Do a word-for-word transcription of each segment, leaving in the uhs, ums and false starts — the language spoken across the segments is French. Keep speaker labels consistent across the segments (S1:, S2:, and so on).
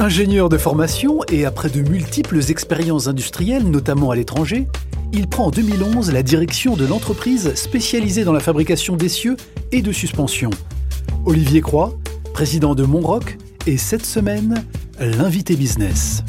S1: Ingénieur de formation et après de multiples expériences industrielles, notamment à l'étranger, il prend en deux mille onze la direction de l'entreprise spécialisée dans la fabrication d'essieux et de suspensions. Olivier Croix, président de Monroc, et cette semaine, l'invité business.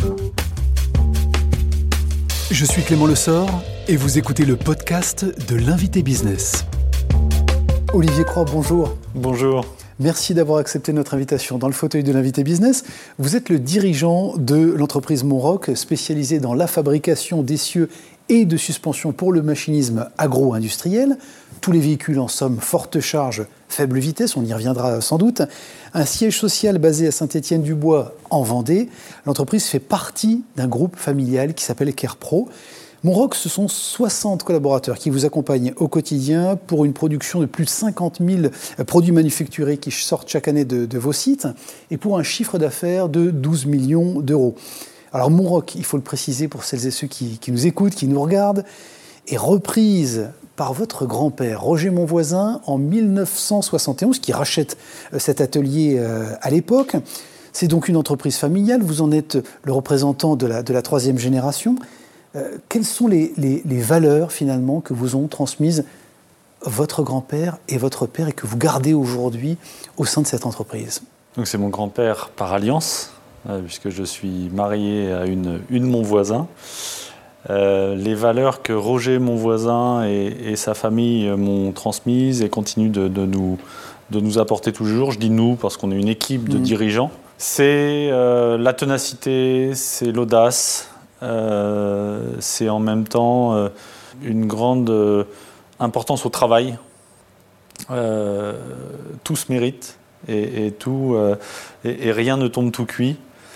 S1: Je suis Clément Lessort et vous écoutez le podcast de l'invité business. Olivier Croix, bonjour.
S2: Bonjour.
S1: Merci d'avoir accepté notre invitation dans le fauteuil de l'invité business. Vous êtes le dirigeant de l'entreprise Monroc, spécialisée dans la fabrication d'essieux et de suspensions pour le machinisme agro-industriel. Tous les véhicules en somme forte charge, faible vitesse, on y reviendra sans doute. Un siège social basé à Saint-Étienne-du-Bois en Vendée. L'entreprise fait partie d'un groupe familial qui s'appelle CarePro. Monroc, ce sont soixante collaborateurs qui vous accompagnent au quotidien pour une production de plus de cinquante mille produits manufacturés qui sortent chaque année de, de vos sites et pour un chiffre d'affaires de douze millions d'euros. Alors Monroc, il faut le préciser pour celles et ceux qui, qui nous écoutent, qui nous regardent, est reprise par votre grand-père, Roger Monvoisin, en mille neuf cent soixante et onze, qui rachète cet atelier à l'époque. C'est donc une entreprise familiale, vous en êtes le représentant de la, de la troisième génération. Euh, quelles sont les, les, les valeurs finalement que vous ont transmises votre grand-père et votre père et que vous gardez aujourd'hui au sein de cette entreprise?
S2: Donc c'est mon grand-père par alliance, euh, puisque je suis marié à une, une Monvoisin. Euh, les valeurs que Roger Monvoisin et, et sa famille m'ont transmises et continuent de, de, nous, de nous apporter toujours, je dis nous parce qu'on est une équipe de mmh. dirigeants, c'est euh, la ténacité, c'est l'audace, Euh, c'est en même temps euh, une grande euh, importance au travail. Euh, tout se mérite et, et, tout, euh, et, et rien ne tombe tout cuit.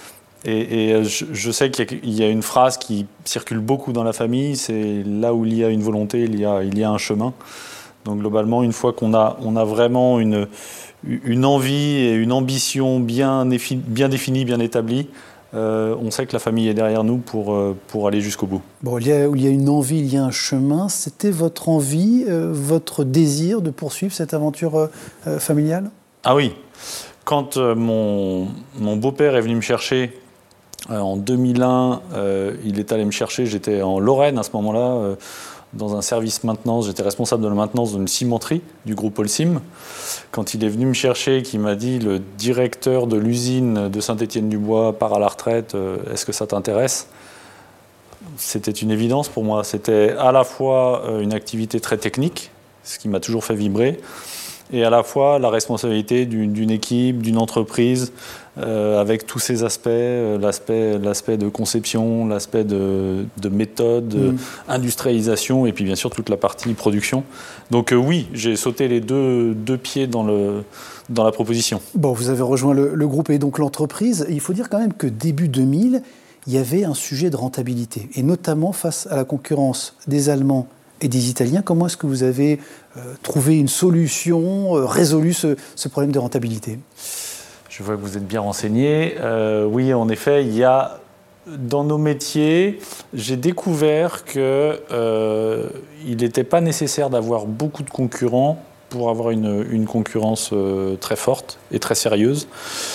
S2: Et, et je, je sais qu'il y a une phrase qui circule beaucoup dans la famille, c'est là où il y a une volonté, il y a, il y a un chemin. Donc globalement, une fois qu'on a, on a vraiment une, une envie et une ambition bien, bien définie, bien établie, Euh, on sait que la famille est derrière nous pour, euh, pour aller jusqu'au bout.
S1: Bon, il y a, il y a une envie, il y a un chemin. C'était votre envie, euh, votre désir de poursuivre cette aventure euh, familiale?
S2: Ah oui. Quand euh, mon, mon beau-père est venu me chercher euh, en deux mille un, euh, il est allé me chercher, j'étais en Lorraine à ce moment-là, euh, dans un service maintenance, j'étais responsable de la maintenance d'une cimenterie du groupe Holcim. Quand il est venu me chercher, qu'il m'a dit le directeur de l'usine de Saint-Étienne-du-Bois part à la retraite, euh, est-ce que ça t'intéresse? C'était une évidence pour moi. C'était à la fois euh, une activité très technique, ce qui m'a toujours fait vibrer, et à la fois la responsabilité d'une, d'une équipe, d'une entreprise, euh, avec tous ces aspects, euh, l'aspect, l'aspect de conception, l'aspect de, de méthode, mmh. industrialisation, et puis bien sûr toute la partie production. Donc euh, oui, j'ai sauté les deux, deux pieds dans, le, dans la proposition.
S1: Bon, vous avez rejoint le, le groupe et donc l'entreprise. Il faut dire quand même que début deux mille, il y avait un sujet de rentabilité, et notamment face à la concurrence des Allemands et des Italiens. Comment est-ce que vous avez euh, trouvé une solution, euh, résolu ce, ce problème de rentabilité?
S2: Je vois que vous êtes bien renseigné. Euh, oui, en effet, il y a dans nos métiers, j'ai découvert qu'il euh, n'était pas nécessaire d'avoir beaucoup de concurrents pour avoir une, une concurrence euh, très forte et très sérieuse.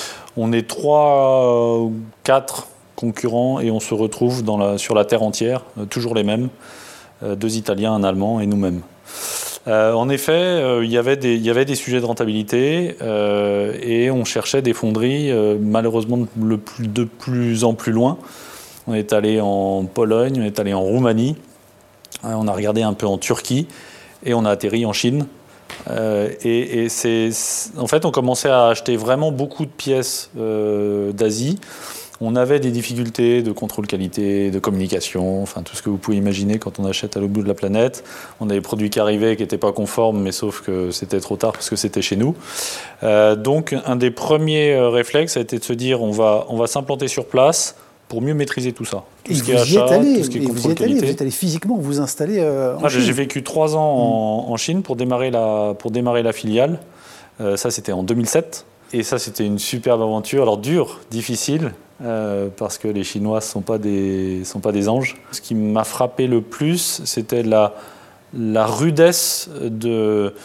S2: On est trois ou quatre concurrents et on se retrouve dans la, sur la terre entière, euh, toujours les mêmes. Deux Italiens, un Allemand et nous-mêmes. Euh, en effet, euh, il, y avait des, il y avait des sujets de rentabilité euh, et on cherchait des fonderies, euh, malheureusement le plus, de plus en plus loin. On est allé en Pologne, on est allé en Roumanie, euh, on a regardé un peu en Turquie et on a atterri en Chine. Euh, et, et c'est, en fait, on commençait à acheter vraiment beaucoup de pièces euh, d'Asie. On avait des difficultés de contrôle qualité, de communication, enfin tout ce que vous pouvez imaginer quand on achète à l'autre bout de la planète. On avait des produits qui arrivaient qui n'étaient pas conformes, mais sauf que c'était trop tard parce que c'était chez nous. Euh, donc un des premiers réflexes a été de se dire on va, on va s'implanter sur place pour mieux maîtriser tout ça. Tout
S1: et
S2: ce qui est achat,
S1: allé,
S2: tout ce qui est contrôle qualité.
S1: Allé, vous êtes allé physiquement vous installer euh, en
S2: ah,
S1: Chine.
S2: J'ai vécu trois ans en, en Chine pour démarrer la, pour démarrer la filiale. Euh, ça, c'était en deux mille sept. Et ça, c'était une superbe aventure. Alors dure, difficile. Euh, parce que les Chinois ne sont pas des, sont pas des anges. Ce qui m'a frappé le plus, c'était la, la rudesse de,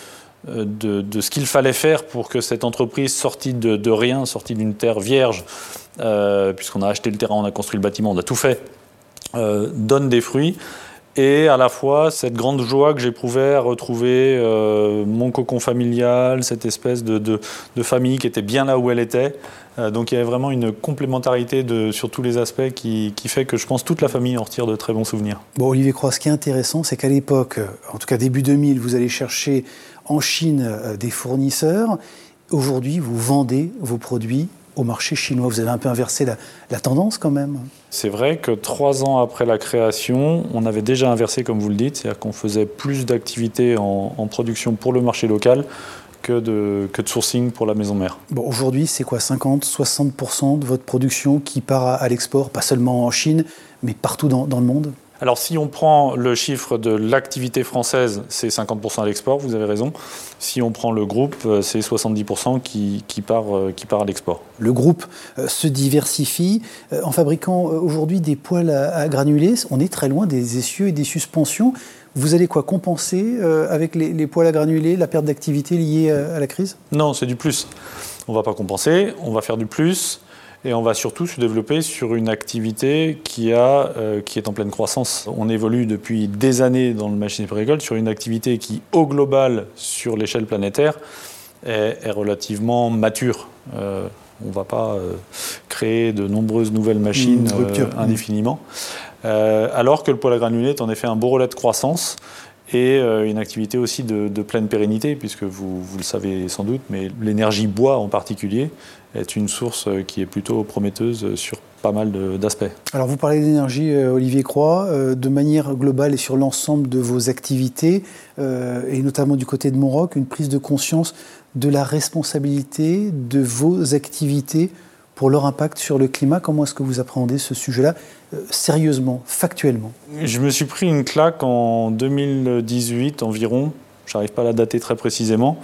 S2: de, de ce qu'il fallait faire pour que cette entreprise sortie de, de rien, sortie d'une terre vierge, euh, puisqu'on a acheté le terrain, on a construit le bâtiment, on a tout fait, euh, donne des fruits. Et à la fois, cette grande joie que j'éprouvais à retrouver euh, mon cocon familial, cette espèce de, de, de famille qui était bien là où elle était. Euh, donc il y avait vraiment une complémentarité de, sur tous les aspects qui, qui fait que je pense que toute la famille en retire de très bons souvenirs.
S1: Bon, Olivier Croix, ce qui est intéressant, c'est qu'à l'époque, en tout cas début deux mille, vous allez chercher en Chine euh, des fournisseurs. Aujourd'hui, vous vendez vos produits au marché chinois. Vous avez un peu inversé la, la tendance quand même.
S2: C'est vrai que trois ans après la création, on avait déjà inversé, comme vous le dites, c'est-à-dire qu'on faisait plus d'activités en, en production pour le marché local que de, que de sourcing pour la maison mère.
S1: Bon, aujourd'hui, c'est quoi, cinquante à soixante pour cent de votre production qui part à, à l'export, pas seulement en Chine, mais partout dans, dans le monde ?
S2: Alors si on prend le chiffre de l'activité française, c'est cinquante pour cent à l'export, vous avez raison. Si on prend le groupe, c'est soixante-dix pour cent qui, qui, part, qui part à l'export.
S1: Le groupe euh, se diversifie euh, en fabriquant euh, aujourd'hui des poêles à, à granulés. On est très loin des essieux et des suspensions. Vous allez quoi, compenser euh, avec les, les poêles à granulés la perte d'activité liée à, à la crise ?
S2: Non, c'est du plus. On ne va pas compenser, on va faire du plus. Et on va surtout se développer sur une activité qui, a, euh, qui est en pleine croissance. On évolue depuis des années dans le machinisme agricole sur une activité qui, au global, sur l'échelle planétaire, est, est relativement mature. Euh, on ne va pas euh, créer de nombreuses nouvelles machines mmh, euh, indéfiniment. Euh, alors que le poêle à granulés est en effet un beau relais de croissance et euh, une activité aussi de, de pleine pérennité, puisque vous, vous le savez sans doute, mais l'énergie bois en particulier est une source qui est plutôt prometteuse sur pas mal de, d'aspects.
S1: Alors vous parlez d'énergie, euh, Olivier Croix, euh, de manière globale et sur l'ensemble de vos activités, euh, et notamment du côté de Monroc, une prise de conscience de la responsabilité de vos activités pour leur impact sur le climat. Comment est-ce que vous appréhendez ce sujet-là, euh, sérieusement, factuellement ?
S2: Je me suis pris une claque en deux mille dix-huit environ, je n'arrive pas à la dater très précisément,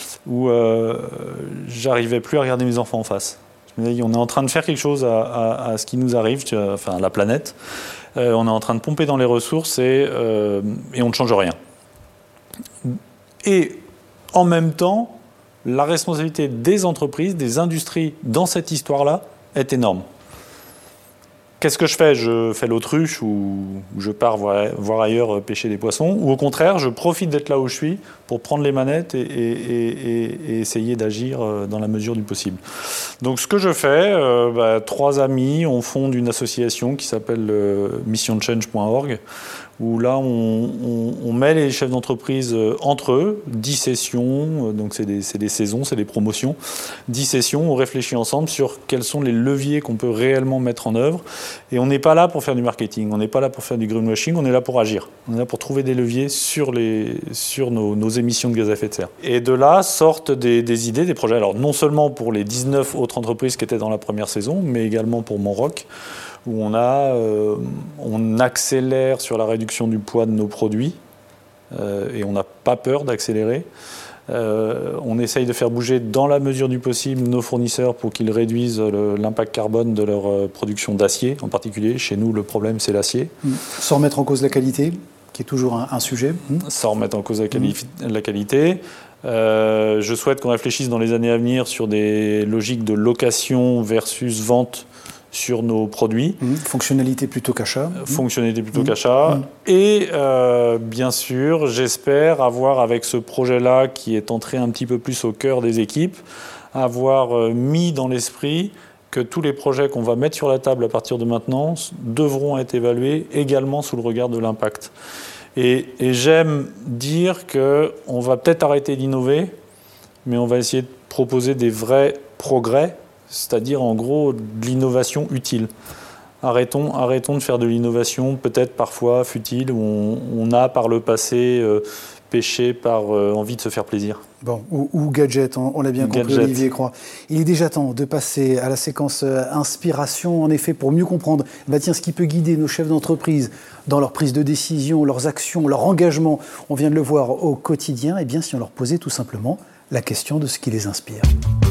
S2: où euh, j'arrivais plus à regarder mes enfants en face. Je me disais, on est en train de faire quelque chose à, à, à ce qui nous arrive, enfin à la planète. Euh, on est en train de pomper dans les ressources et, euh, et on ne change rien. Et en même temps, la responsabilité des entreprises, des industries dans cette histoire-là est énorme. Qu'est-ce que je fais ? Je fais l'autruche ou je pars voir, voir ailleurs pêcher des poissons, ou au contraire, je profite d'être là où je suis pour prendre les manettes et, et, et, et essayer d'agir dans la mesure du possible. Donc ce que je fais, euh, bah, trois amis, on fonde une association qui s'appelle euh, mission change point org, où là, on, on, on met les chefs d'entreprise entre eux, dix sessions, donc c'est des, c'est des saisons, c'est des promotions, dix sessions, on réfléchit ensemble sur quels sont les leviers qu'on peut réellement mettre en œuvre. Et on n'est pas là pour faire du marketing, on n'est pas là pour faire du greenwashing, on est là pour agir. On est là pour trouver des leviers sur, les, sur nos, nos émissions de gaz à effet de serre. Et de là sortent des, des idées, des projets. Alors non seulement pour les dix-neuf autres entreprises qui étaient dans la première saison, mais également pour Monroc, où on, a, euh, on accélère sur la réduction du poids de nos produits, euh, et on n'a pas peur d'accélérer. Euh, on essaye de faire bouger dans la mesure du possible nos fournisseurs pour qu'ils réduisent le, l'impact carbone de leur euh, production d'acier, en particulier. Chez nous, le problème, c'est l'acier.
S1: Mmh. Sans remettre en cause la qualité, qui est toujours un, un sujet. Mmh.
S2: Sans remettre en cause la, quali- mmh. la qualité. Euh, je souhaite qu'on réfléchisse dans les années à venir sur des logiques de location versus vente sur nos produits.
S1: Mmh. Fonctionnalité plutôt qu'achat.
S2: Mmh. Fonctionnalité plutôt mmh. qu'achat. Mmh. Et euh, bien sûr, j'espère avoir, avec ce projet-là qui est entré un petit peu plus au cœur des équipes, avoir euh, mis dans l'esprit que tous les projets qu'on va mettre sur la table à partir de maintenant devront être évalués également sous le regard de l'impact. Et, et j'aime dire qu'on va peut-être arrêter d'innover, mais on va essayer de proposer des vrais progrès, c'est-à-dire en gros de l'innovation utile. Arrêtons, arrêtons de faire de l'innovation peut-être parfois futile, où on, on a par le passé euh, péché par euh, envie de se faire plaisir.
S1: Bon, ou, ou gadget, on, on l'a bien compris, gadget. Olivier Croix. Il est déjà temps de passer à la séquence euh, inspiration, en effet, pour mieux comprendre bah, tiens, ce qui peut guider nos chefs d'entreprise dans leur prise de décision, leurs actions, leur engagement. On vient de le voir au quotidien. Et bien, si on leur posait tout simplement la question de ce qui les inspire.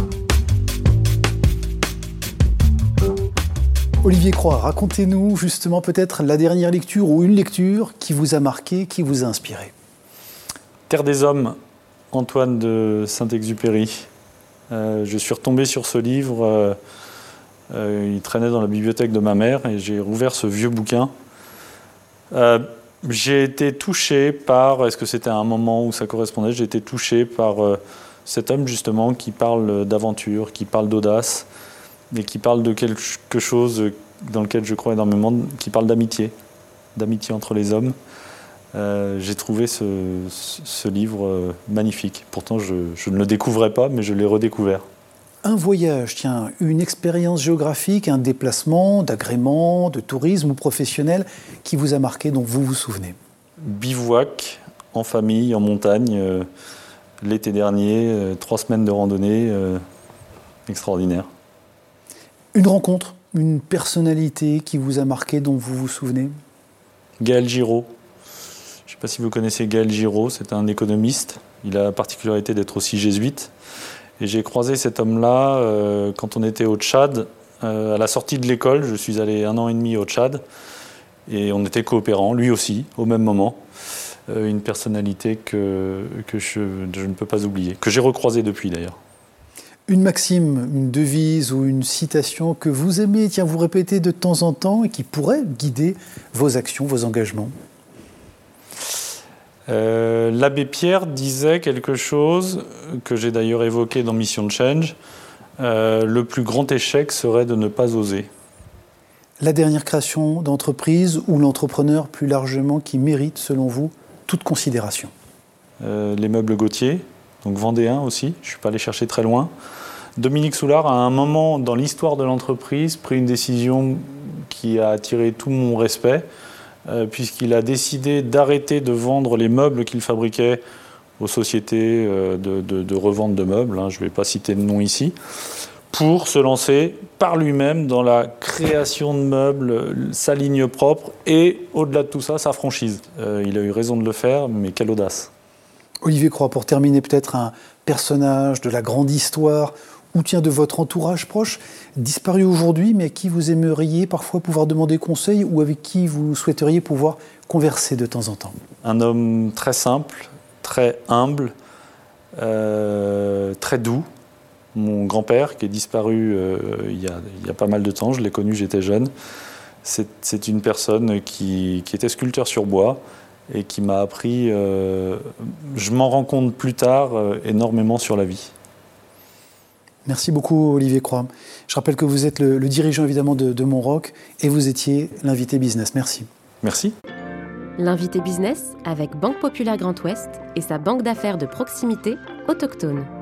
S1: Olivier Croix, racontez-nous justement peut-être la dernière lecture ou une lecture qui vous a marqué, qui vous a inspiré.
S2: Terre des Hommes, Antoine de Saint-Exupéry. Euh, je suis retombé sur ce livre, euh, euh, il traînait dans la bibliothèque de ma mère et j'ai rouvert ce vieux bouquin. Euh, j'ai été touché par, est-ce que c'était un moment où ça correspondait, j'ai été touché par euh, cet homme justement qui parle d'aventure, qui parle d'audace et qui parle de quelque chose dans lequel je crois énormément, qui parle d'amitié, d'amitié entre les hommes. Euh, j'ai trouvé ce, ce livre euh, magnifique. Pourtant, je, je ne le découvrais pas, mais je l'ai redécouvert.
S1: Un voyage, tiens, une expérience géographique, un déplacement d'agrément, de tourisme ou professionnel qui vous a marqué, dont vous vous souvenez?
S2: Bivouac, en famille, en montagne, euh, l'été dernier, euh, trois semaines de randonnée, euh, extraordinaire.
S1: Une rencontre, une personnalité qui vous a marqué, dont vous vous souvenez?
S2: Gaël Giraud. Je ne sais pas si vous connaissez Gaël Giraud, c'est un économiste. Il a la particularité d'être aussi jésuite. Et j'ai croisé cet homme-là euh, quand on était au Tchad. Euh, à la sortie de l'école, je suis allé un an et demi au Tchad. Et on était coopérants, lui aussi, au même moment. Euh, une personnalité que, que je, je ne peux pas oublier, que j'ai recroisé depuis d'ailleurs.
S1: Une maxime, une devise ou une citation que vous aimez, tiens, vous répétez de temps en temps et qui pourrait guider vos actions, vos engagements?
S2: Euh, L'abbé Pierre disait quelque chose que j'ai d'ailleurs évoqué dans Mission Change. Euh, le plus grand échec serait de ne pas oser.
S1: La dernière création d'entreprise ou l'entrepreneur plus largement qui mérite, selon vous, toute considération?
S2: euh, Les meubles Gauthier, donc vendéens aussi, je ne suis pas allé chercher très loin. Dominique Soulard, à un moment dans l'histoire de l'entreprise, pris une décision qui a attiré tout mon respect, euh, puisqu'il a décidé d'arrêter de vendre les meubles qu'il fabriquait aux sociétés euh, de, de, de revente de meubles, hein, je ne vais pas citer de nom ici, pour se lancer par lui-même dans la création de meubles, sa ligne propre et, au-delà de tout ça, sa franchise. Euh, il a eu raison de le faire, mais quelle audace.
S1: Olivier Croix, pour terminer, peut-être un personnage de la grande histoire ou tiens de votre entourage proche, disparu aujourd'hui, mais à qui vous aimeriez parfois pouvoir demander conseil ou avec qui vous souhaiteriez pouvoir converser de temps en temps?
S2: Un homme très simple, très humble, euh, très doux. Mon grand-père, qui est disparu euh, il, y a, il y a pas mal de temps, je l'ai connu, j'étais jeune. C'est, c'est une personne qui, qui était sculpteur sur bois et qui m'a appris, euh, je m'en rends compte plus tard, euh, énormément sur la vie.
S1: Merci beaucoup Olivier Croix. Je rappelle que vous êtes le, le dirigeant évidemment de, de Monroc et vous étiez l'invité business. Merci.
S2: Merci.
S3: L'invité business avec Banque Populaire Grand Ouest et sa banque d'affaires de proximité autochtone.